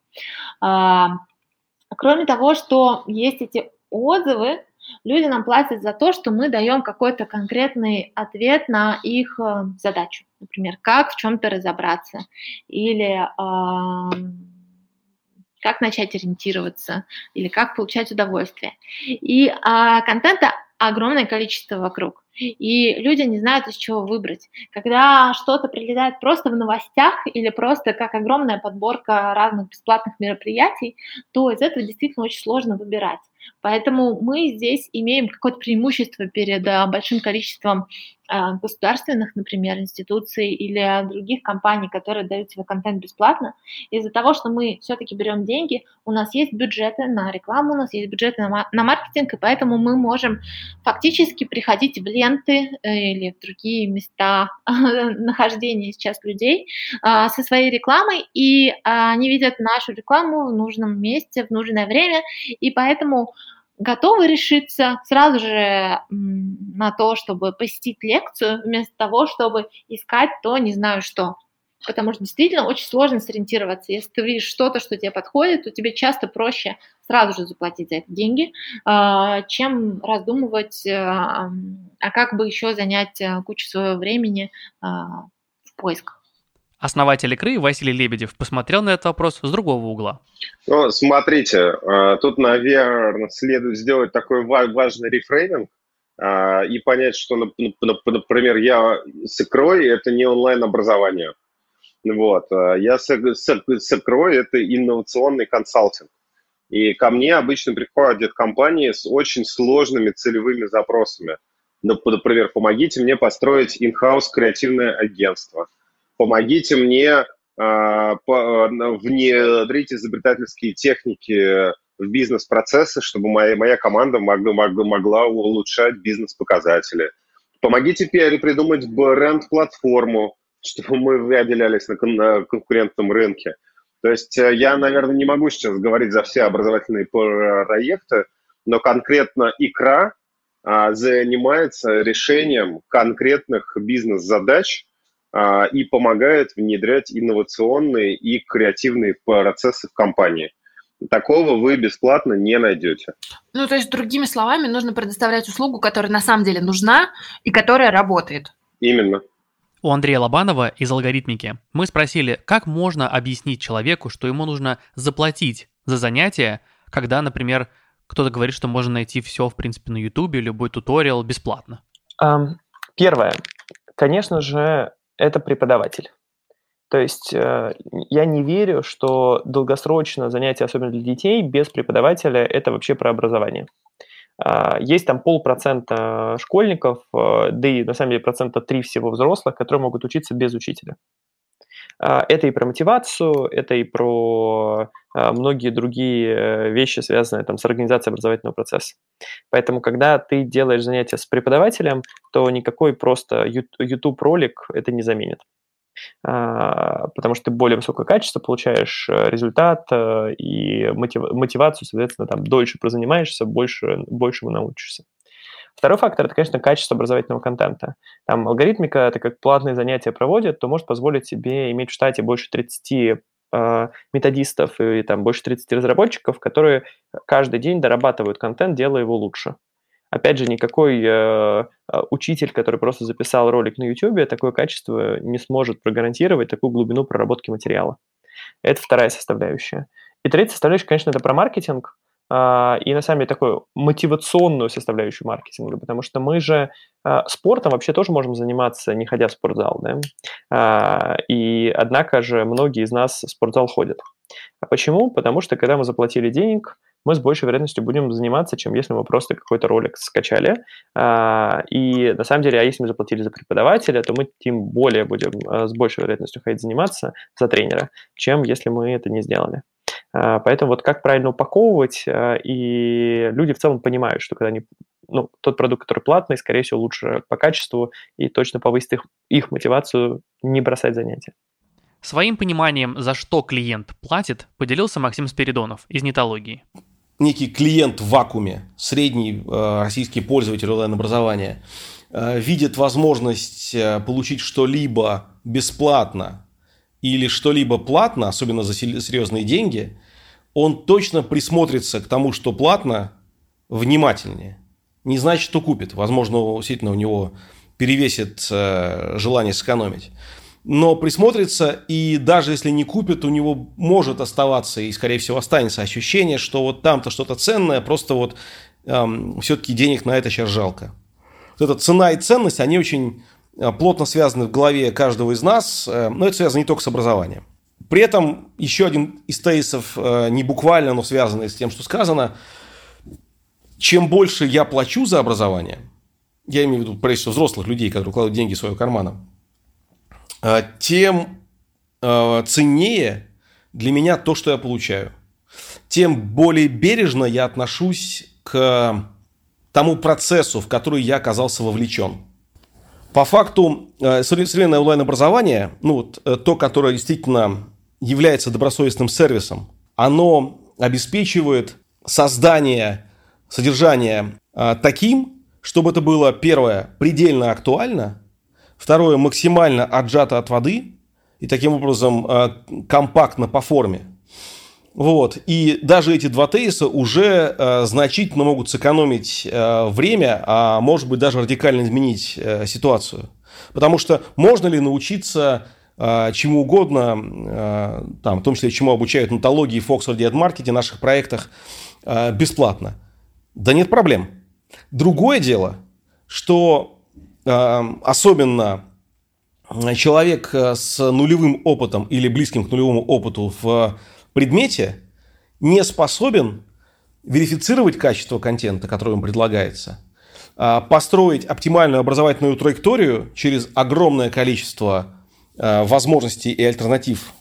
Кроме того, что есть эти отзывы, люди нам платят за то, что мы даем какой-то конкретный ответ на их задачу. Например, как в чем-то разобраться или как начать ориентироваться или как получать удовольствие. И контента огромное количество вокруг. И люди не знают, из чего выбрать. Когда что-то прилетает просто в новостях или просто как огромная подборка разных бесплатных мероприятий, то из этого действительно очень сложно выбирать. Поэтому мы здесь имеем какое-то преимущество перед большим количеством государственных, например, институций или других компаний, которые дают свой контент бесплатно. Из-за того, что мы все-таки берем деньги, у нас есть бюджеты на рекламу, у нас есть бюджеты на маркетинг, и поэтому мы можем фактически приходить в ленты или в другие места нахождения сейчас людей со своей рекламой, и они видят нашу рекламу в нужном месте, в нужное время, и поэтому готовы решиться сразу же на то, чтобы посетить лекцию, вместо того, чтобы искать то не знаю что. Потому что действительно очень сложно сориентироваться. Если ты видишь что-то, что тебе подходит, то тебе часто проще сразу же заплатить за это деньги, чем раздумывать, а как бы еще занять кучу своего времени в поисках. Основатель «Икры» Василий Лебедев посмотрел на этот вопрос с другого угла. Смотрите, тут, наверное, следует сделать такой важный рефрейминг и понять, что, например, я с «Икрой» — это не онлайн-образование. Я с «Икрой» — это инновационный консалтинг. И ко мне обычно приходят компании с очень сложными целевыми запросами. Например, помогите мне построить in-house креативное агентство. Помогите мне внедрить изобретательские техники в бизнес-процессы, чтобы моя команда могла улучшать бизнес-показатели. Помогите придумать бренд-платформу, чтобы мы выделялись на конкурентном рынке. То есть я, наверное, не могу сейчас говорить за все образовательные проекты, но конкретно «Икра» занимается решением конкретных бизнес-задач и помогает внедрять инновационные и креативные процессы в компании. Такого вы бесплатно не найдете. То есть, другими словами, нужно предоставлять услугу, которая на самом деле нужна и которая работает. Именно. У Андрея Лобанова из «Алгоритмики» мы спросили, как можно объяснить человеку, что ему нужно заплатить за занятие, когда, например, кто-то говорит, что можно найти все, в принципе, на Ютубе, любой туториал бесплатно. Первое. Конечно же, это преподаватель. То есть я не верю, что долгосрочно занятие, особенно для детей, без преподавателя – это вообще про образование. Есть там 0,5% школьников, да и на самом деле 3% всего взрослых, которые могут учиться без учителя. Это и про мотивацию, это и про многие другие вещи, связанные там с организацией образовательного процесса. Поэтому, когда ты делаешь занятия с преподавателем, то никакой просто YouTube-ролик это не заменит. Потому что ты более высокое качество получаешь, результат и мотивацию, соответственно, там дольше прозанимаешься, большему научишься. Второй фактор – это, конечно, качество образовательного контента. Там алгоритмика, так как платные занятия проводит, то может позволить себе иметь в штате больше 30 методистов и там больше 30 разработчиков, которые каждый день дорабатывают контент, делая его лучше. Опять же, никакой учитель, который просто записал ролик на YouTube, такое качество не сможет прогарантировать такую глубину проработки материала. Это вторая составляющая. И третья составляющая, конечно, это про маркетинг. И, на самом деле, такую мотивационную составляющую маркетинга, потому что мы же спортом вообще тоже можем заниматься, не ходя в спортзал, да? И, однако же, многие из нас в спортзал ходят. А почему? Потому что, когда мы заплатили денег, мы с большей вероятностью будем заниматься, чем если мы просто какой-то ролик скачали. И, на самом деле, если мы заплатили за преподавателя, то мы тем более будем с большей вероятностью ходить заниматься за тренера, чем если мы это не сделали. Поэтому вот как правильно упаковывать, и люди в целом понимают, что когда они, тот продукт, который платный, скорее всего, лучше по качеству и точно повысит их мотивацию не бросать занятия. Своим пониманием, за что клиент платит, поделился Максим Спиридонов из Нетологии. Некий клиент в вакууме, средний российский пользователь онлайн-образования, видит возможность получить что-либо бесплатно или что-либо платно, особенно за серьезные деньги, он точно присмотрится к тому, что платно, внимательнее. Не значит, что купит. Возможно, действительно у него перевесит желание сэкономить. Но присмотрится, и даже если не купит, у него может оставаться, и, скорее всего, останется ощущение, что вот там-то что-то ценное, просто вот все-таки денег на это сейчас жалко. Вот эта цена и ценность, они очень плотно связаны в голове каждого из нас, но это связано не только с образованием. При этом еще один из тезисов, не буквально, но связанный с тем, что сказано, чем больше я плачу за образование, я имею в виду, прежде всего, взрослых людей, которые укладывают деньги в своего кармана, тем ценнее для меня то, что я получаю. Тем более бережно я отношусь к тому процессу, в который я оказался вовлечен. По факту, современное онлайн-образование, то, которое действительно является добросовестным сервисом, оно обеспечивает создание содержания таким, чтобы это было, первое, предельно актуально, второе, максимально отжато от воды и таким образом компактно по форме. Вот. И даже эти два тезиса уже значительно могут сэкономить время, а может быть даже радикально изменить ситуацию. Потому что можно ли научиться чему угодно, в том числе чему обучают Нетологии, в Оксфорде и AdMarket, в наших проектах, бесплатно? Да нет проблем. Другое дело, что особенно человек с нулевым опытом или близким к нулевому опыту в предмете не способен верифицировать качество контента, который ему предлагается, построить оптимальную образовательную траекторию через огромное количество возможностей и альтернатив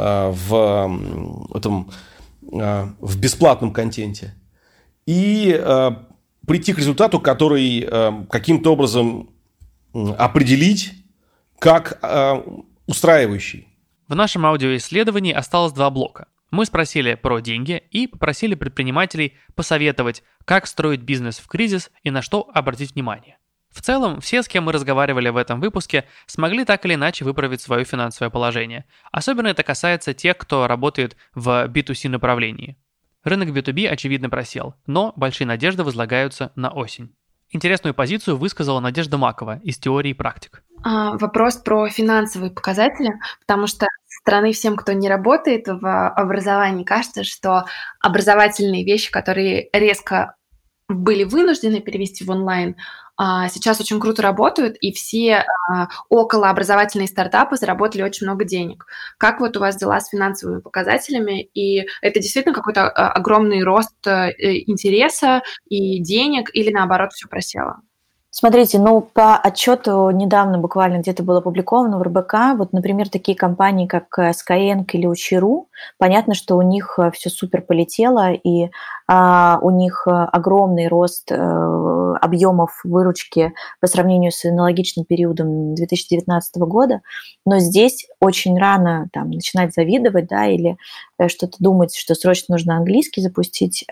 в бесплатном контенте и прийти к результату, который каким-то образом определить как устраивающий. В нашем аудиоисследовании осталось 2 блока. Мы спросили про деньги и попросили предпринимателей посоветовать, как строить бизнес в кризис и на что обратить внимание. В целом, все, с кем мы разговаривали в этом выпуске, смогли так или иначе выправить свое финансовое положение. Особенно это касается тех, кто работает в B2C направлении. Рынок B2B, очевидно, просел, но большие надежды возлагаются на осень. Интересную позицию высказала Надежда Макова из «Теории и практик». Вопрос про финансовые показатели, потому что со стороны всем, кто не работает в образовании, кажется, что образовательные вещи, которые резко были вынуждены перевести в онлайн, сейчас очень круто работают, и все околообразовательные стартапы заработали очень много денег. Как вот у вас дела с финансовыми показателями? И это действительно какой-то огромный рост интереса и денег, или наоборот все просело? Смотрите, по отчету недавно буквально где-то было опубликовано в РБК, вот, например, такие компании, как Skyeng или Учиру, понятно, что у них все супер полетело, и у них огромный рост объемов выручки по сравнению с аналогичным периодом 2019 года, но здесь очень рано начинать завидовать, да, или что-то думать, что срочно нужно английский запустить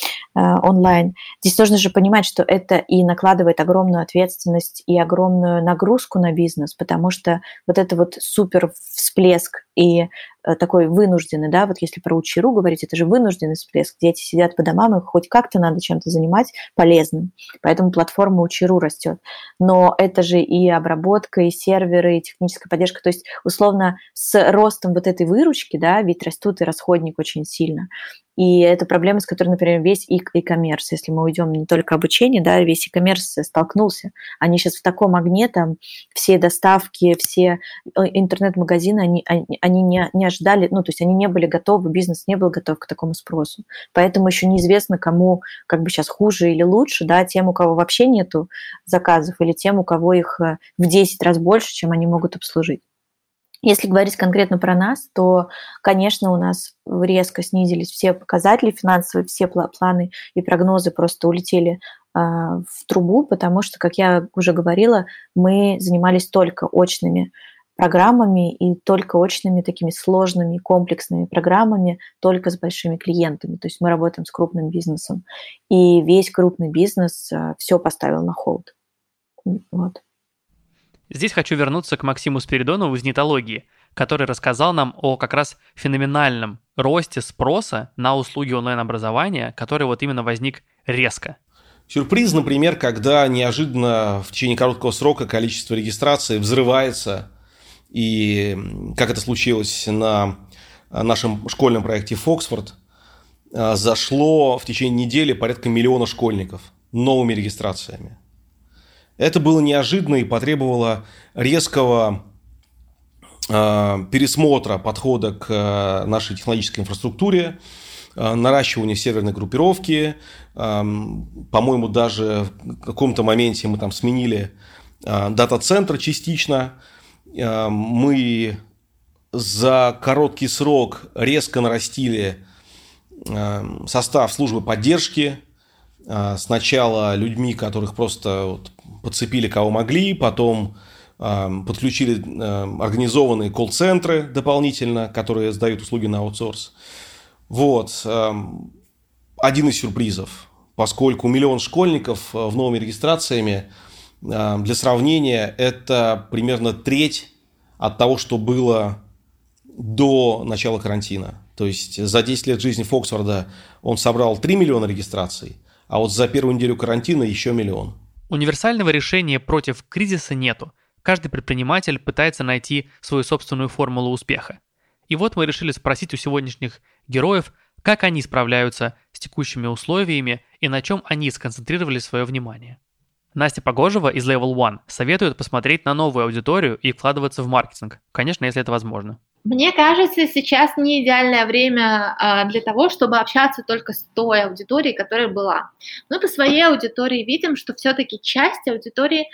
онлайн. Здесь нужно же понимать, что это и накладывает огромную ответственность и огромную нагрузку на бизнес, потому что вот это вот супер всплеск и такой вынужденный, да, вот если про Учиру говорить, это же вынужденный всплеск, дети сидят по домам, их хоть как-то надо чем-то занимать полезным, поэтому платформа Учиру растет. Но это же и обработка, и серверы, и техническая поддержка, то есть условно с ростом вот этой выручки, да, ведь растут и расходник очень сильно. И это проблема, с которой, например, весь e-commerce, если мы уйдем не только обучение, да, весь e-commerce столкнулся. Они сейчас в таком огне, там все доставки, все интернет-магазины, они не ожидали, то есть они не были готовы, бизнес не был готов к такому спросу. Поэтому еще неизвестно, кому как бы сейчас хуже или лучше, да, тем, у кого вообще нету заказов, или тем, у кого их в 10 раз больше, чем они могут обслужить. Если говорить конкретно про нас, то, конечно, у нас резко снизились все показатели финансовые, все планы и прогнозы просто улетели в трубу, потому что, как я уже говорила, мы занимались только очными программами и только очными такими сложными, комплексными программами, только с большими клиентами. То есть мы работаем с крупным бизнесом. И весь крупный бизнес все поставил на холд. Вот. Здесь хочу вернуться к Максиму Спиридонову из Нетологии, который рассказал нам о как раз феноменальном росте спроса на услуги онлайн-образования, который вот именно возник резко. Сюрприз, например, когда неожиданно в течение короткого срока количество регистраций взрывается, и как это случилось на нашем школьном проекте «Фоксфорд», зашло в течение недели порядка 1 миллиона школьников новыми регистрациями. Это было неожиданно и потребовало резкого пересмотра подхода к нашей технологической инфраструктуре, наращивания серверной группировки. По-моему, даже в каком-то моменте мы там сменили дата-центр частично. Мы за короткий срок резко нарастили состав службы поддержки. Сначала людьми, которых просто подцепили кого могли, потом подключили организованные колл-центры дополнительно, которые сдают услуги на аутсорс. Вот. Один из сюрпризов, поскольку 1 миллион школьников в новыми регистрациями, для сравнения, это примерно треть от того, что было до начала карантина. То есть за 10 лет жизни Фоксфорда он собрал 3 миллиона регистраций, а вот за первую неделю карантина еще 1 миллион. Универсального решения против кризиса нету. Каждый предприниматель пытается найти свою собственную формулу успеха. И вот мы решили спросить у сегодняшних героев, как они справляются с текущими условиями и на чем они сконцентрировали свое внимание. Настя Погожева из Level One советует посмотреть на новую аудиторию и вкладываться в маркетинг. Конечно, если это возможно. Мне кажется, сейчас не идеальное время для того, чтобы общаться только с той аудиторией, которая была. Мы по своей аудитории видим, что все-таки часть аудитории,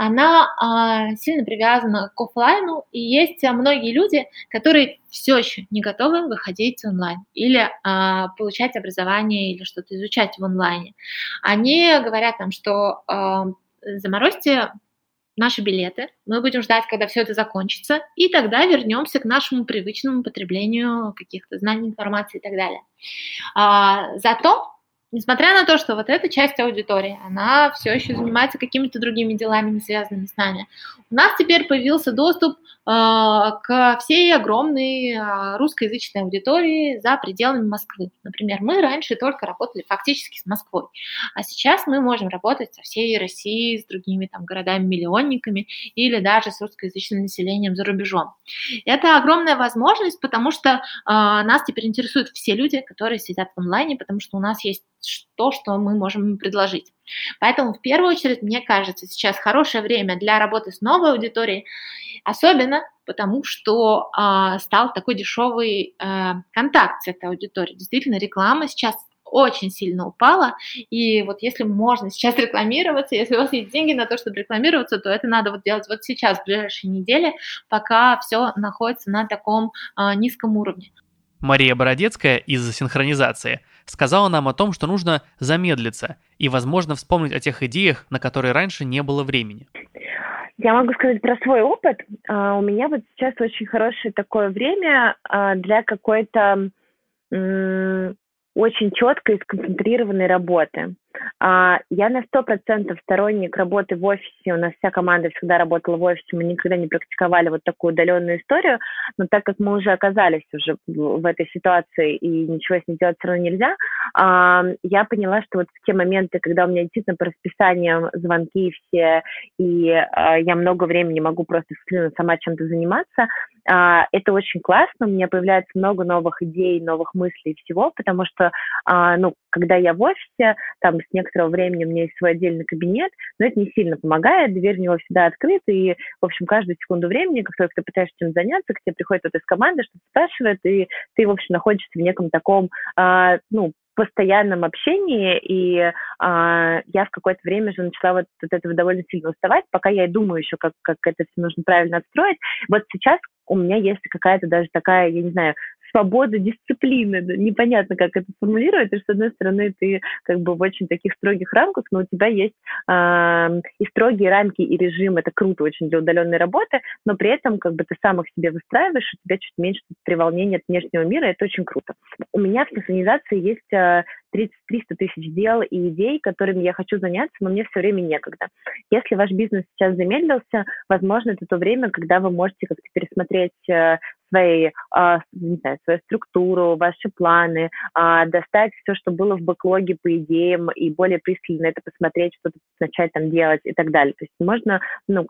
она сильно привязана к офлайну, и есть многие люди, которые все еще не готовы выходить онлайн или получать образование или что-то изучать в онлайне. Они говорят нам, что заморозьте наши билеты, мы будем ждать, когда все это закончится, и тогда вернемся к нашему привычному потреблению каких-то знаний, информации и так далее. Зато, несмотря на то, что вот эта часть аудитории, она все еще занимается какими-то другими делами, не связанными с нами, у нас теперь появился доступ к всей огромной русскоязычной аудитории за пределами Москвы. Например, мы раньше только работали фактически с Москвой, а сейчас мы можем работать со всей Россией, с другими там городами-миллионниками или даже с русскоязычным населением за рубежом. Это огромная возможность, потому что нас теперь интересуют все люди, которые сидят в онлайне, потому что у нас есть то, что мы можем им предложить. Поэтому, в первую очередь, мне кажется, сейчас хорошее время для работы с новой аудиторией, особенно потому, что стал такой дешевый контакт с этой аудиторией. Действительно, реклама сейчас очень сильно упала. И вот если можно сейчас рекламироваться, если у вас есть деньги на то, чтобы рекламироваться, то это надо вот делать вот сейчас, в ближайшие недели, пока все находится на таком низком уровне. Мария Бородецкая из синхронизации сказала нам о том, что нужно замедлиться и, возможно, вспомнить о тех идеях, на которые раньше не было времени. Я могу сказать про свой опыт. У меня вот сейчас очень хорошее такое время для какой-то очень четкой и сконцентрированной работы. Я на 100% сторонник работы в офисе. У нас вся команда всегда работала в офисе. Мы никогда не практиковали вот такую удаленную историю. Но так как мы уже оказались уже в этой ситуации и ничего с ней делать все равно нельзя, я поняла, что вот в те моменты, когда у меня действительно по расписанию звонки все, и я много времени могу просто сама чем-то заниматься, это очень классно. У меня появляется много новых идей, новых мыслей и всего, потому что, когда я в офисе, там с некоторого времени у меня есть свой отдельный кабинет, но это не сильно помогает, дверь в него всегда открыта, и, в общем, каждую секунду времени, как только ты пытаешься чем-то заняться, к тебе приходит кто-то из команды, что-то спрашивает, и ты, в общем, находишься в неком таком, постоянном общении, и я в какое-то время же начала вот от этого довольно сильно уставать, пока я и думаю еще, как это все нужно правильно отстроить. Вот сейчас у меня есть какая-то даже такая, я не знаю, свобода дисциплины. Непонятно, как это сформулировать, и с одной стороны ты как бы в очень таких строгих рамках, но у тебя есть и строгие рамки, и режим. Это круто очень для удаленной работы, но при этом как бы ты сам их себе выстраиваешь, у тебя чуть меньше треволнения от внешнего мира, это очень круто. У меня в синхронизации есть 300 тысяч дел и идей, которыми я хочу заняться, но мне все время некогда. Если ваш бизнес сейчас замедлился, возможно, это то время, когда вы можете как-то пересмотреть свою структуру, ваши планы, достать все, что было в бэклоге по идеям, и более пристально это посмотреть, что-то начать там делать и так далее. То есть можно,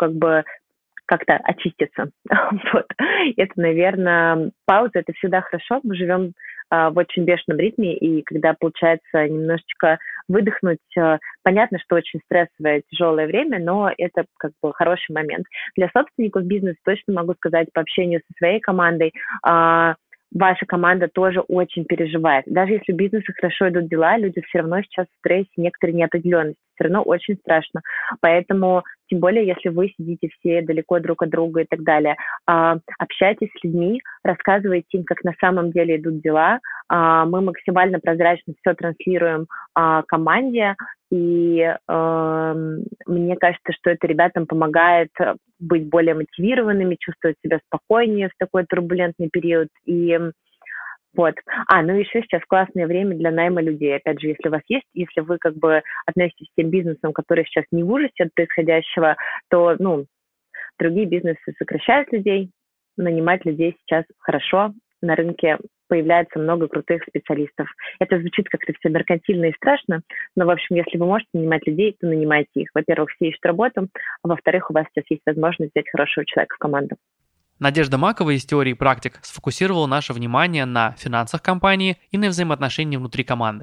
как-то очиститься. Вот. Это, наверное, пауза, это всегда хорошо. Мы живем в очень бешеном ритме, и когда получается немножечко выдохнуть, понятно, что очень стрессовое, тяжелое время, но это как бы хороший момент. Для собственников бизнеса точно могу сказать по общению со своей командой, ваша команда тоже очень переживает. Даже если в бизнесе хорошо идут дела, люди все равно сейчас в стрессе, некоторые неопределенности. Все равно очень страшно. Поэтому, тем более, если вы сидите все далеко друг от друга и так далее, общайтесь с людьми, рассказывайте им, как на самом деле идут дела. Мы максимально прозрачно все транслируем команде, и мне кажется, что это ребятам помогает быть более мотивированными, чувствовать себя спокойнее в такой турбулентный период. И вот. Еще сейчас классное время для найма людей. Опять же, если вы как бы относитесь к тем бизнесам, которые сейчас не в ужасе от происходящего, то, другие бизнесы сокращают людей, нанимать людей сейчас хорошо. На рынке появляется много крутых специалистов. Это звучит как-то все меркантильно и страшно, но, в общем, если вы можете нанимать людей, то нанимайте их. Во-первых, все ищут работу, а во-вторых, у вас сейчас есть возможность взять хорошего человека в команду. Надежда Макова из «Теории и практик» сфокусировала наше внимание на финансах компании и на взаимоотношениях внутри команды.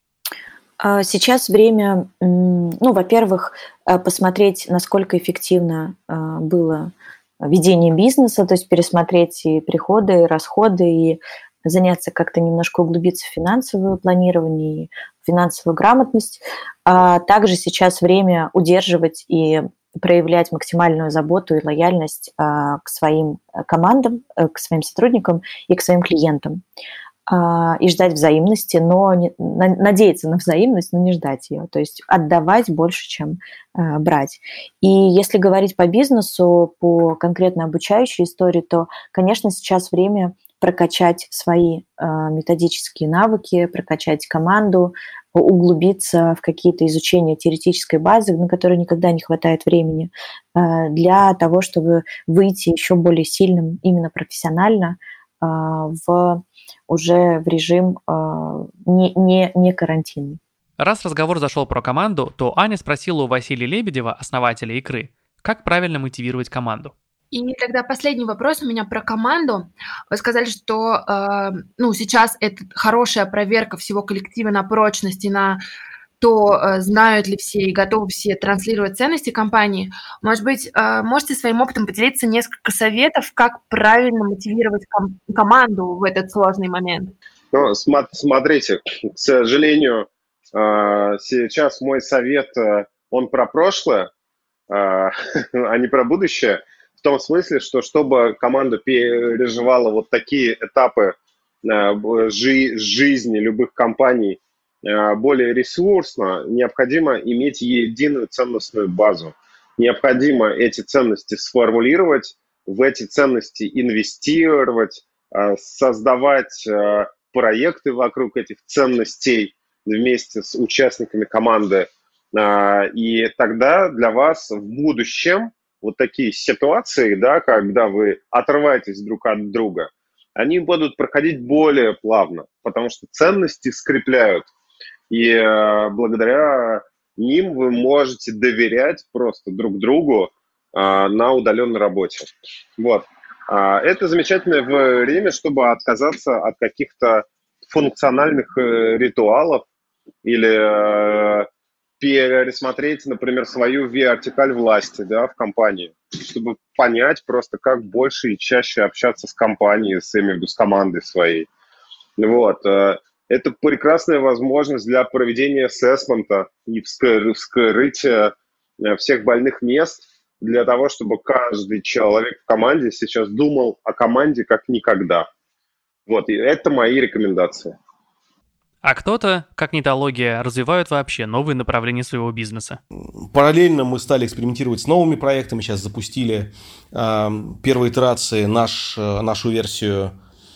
Сейчас время, во-первых, посмотреть, насколько эффективно было ведение бизнеса, то есть пересмотреть и приходы, и расходы, и заняться как-то немножко углубиться в финансовое планирование и финансовую грамотность. Также сейчас время удерживать и проявлять максимальную заботу и лояльность к своим командам, к своим сотрудникам и к своим клиентам. И ждать взаимности, но надеяться на взаимность, но не ждать ее. То есть отдавать больше, чем брать. И если говорить по бизнесу, по конкретно обучающей истории, то, конечно, сейчас время прокачать свои методические навыки, прокачать команду, углубиться в какие-то изучения теоретической базы, на которые никогда не хватает времени, для того, чтобы выйти еще более сильным именно профессионально уже в режим не карантинный. Раз разговор зашел про команду, то Аня спросила у Василия Лебедева, основателя «Икры», как правильно мотивировать команду. И тогда последний вопрос у меня про команду. Вы сказали, что сейчас это хорошая проверка всего коллектива на прочность и на то, знают ли все и готовы все транслировать ценности компании. Может быть, можете своим опытом поделиться несколько советов, как правильно мотивировать команду в этот сложный момент? Ну, смотрите, к сожалению, сейчас мой совет, он про прошлое, а не про будущее, в том смысле, что чтобы команда переживала вот такие этапы жизни любых компаний более ресурсно, необходимо иметь единую ценностную базу. Необходимо эти ценности сформулировать, в эти ценности инвестировать, создавать проекты вокруг этих ценностей вместе с участниками команды. И тогда для вас в будущем вот такие ситуации, да, когда вы отрываетесь друг от друга, они будут проходить более плавно, потому что ценности скрепляют. И благодаря ним вы можете доверять просто друг другу на удаленной работе. Вот. Это замечательное время, чтобы отказаться от каких-то функциональных ритуалов или пересмотреть, например, свою вертикаль власти, да, в компании, чтобы понять просто, как больше и чаще общаться с компанией, с командой своей. Вот. Это прекрасная возможность для проведения ассессмента и вскрытия всех больных мест для того, чтобы каждый человек в команде сейчас думал о команде как никогда. Вот, и это мои рекомендации. А кто-то, как нетология, развивают вообще новые направления своего бизнеса. Параллельно мы стали экспериментировать с новыми проектами. Сейчас запустили первые итерации нашу версию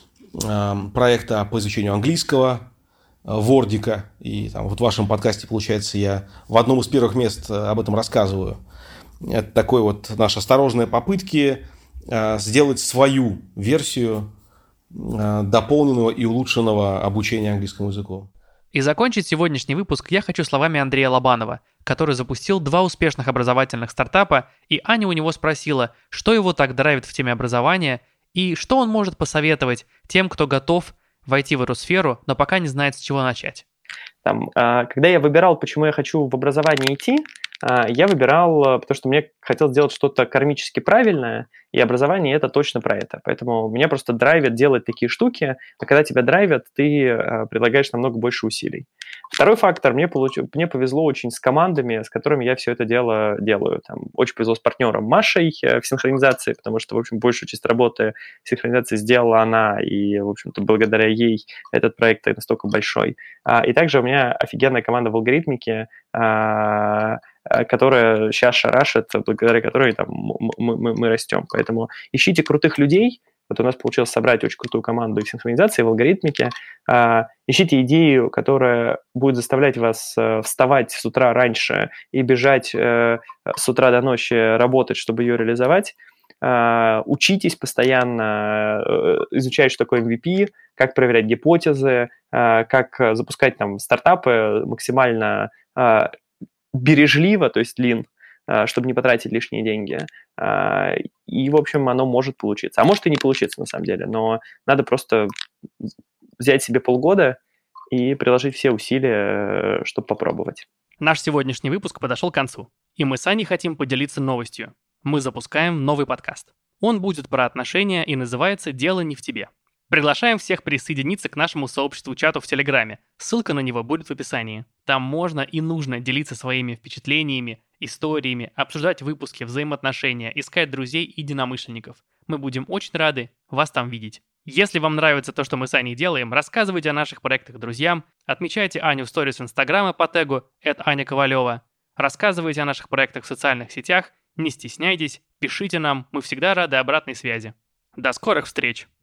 проекта по изучению английского, Вордика. И там, вот в вашем подкасте, получается, я в одном из первых мест об этом рассказываю. Это такой вот наши осторожные попытки сделать свою версию дополненного и улучшенного обучения английскому языку. И закончить сегодняшний выпуск я хочу словами Андрея Лобанова, который запустил 2 успешных образовательных стартапа, и Аня у него спросила, что его так драйвит в теме образования и что он может посоветовать тем, кто готов войти в эту сферу, но пока не знает, с чего начать. Когда я выбирал, почему я хочу в образование идти, я выбирал, потому что мне хотелось сделать что-то кармически правильное, и образование – это точно про это. Поэтому меня просто драйвит делать такие штуки, а когда тебя драйвят, ты прилагаешь намного больше усилий. Второй фактор – мне повезло очень с командами, с которыми я все это дело делаю. Очень повезло с партнером Машей в синхронизации, потому что, в общем, большую часть работы синхронизации сделала она, и, в общем-то, благодаря ей этот проект настолько большой. И также у меня офигенная команда в алгоритмике, которая сейчас шарашит, благодаря которой мы растем. Поэтому ищите крутых людей. Вот у нас получилось собрать очень крутую команду и в синхронизации, и в алгоритмике. Ищите идею, которая будет заставлять вас вставать с утра раньше и бежать с утра до ночи работать, чтобы ее реализовать. Учитесь постоянно, изучать, что такое MVP, как проверять гипотезы, как запускать стартапы максимально бережливо, то есть lean, чтобы не потратить лишние деньги. И, в общем, оно может получиться. А может и не получиться, на самом деле. Но надо просто взять себе полгода и приложить все усилия, чтобы попробовать. Наш сегодняшний выпуск подошел к концу. И мы с Аней хотим поделиться новостью. Мы запускаем новый подкаст. Он будет про отношения и называется «Дело не в тебе». Приглашаем всех присоединиться к нашему сообществу-чату в Телеграме. Ссылка на него будет в описании. Там можно и нужно делиться своими впечатлениями, историями, обсуждать выпуски, взаимоотношения, искать друзей и единомышленников. Мы будем очень рады вас там видеть. Если вам нравится то, что мы с Аней делаем, рассказывайте о наших проектах друзьям, отмечайте Аню в сторис Инстаграма по тегу @AnyaKovaleva, рассказывайте о наших проектах в социальных сетях, не стесняйтесь, пишите нам, мы всегда рады обратной связи. До скорых встреч!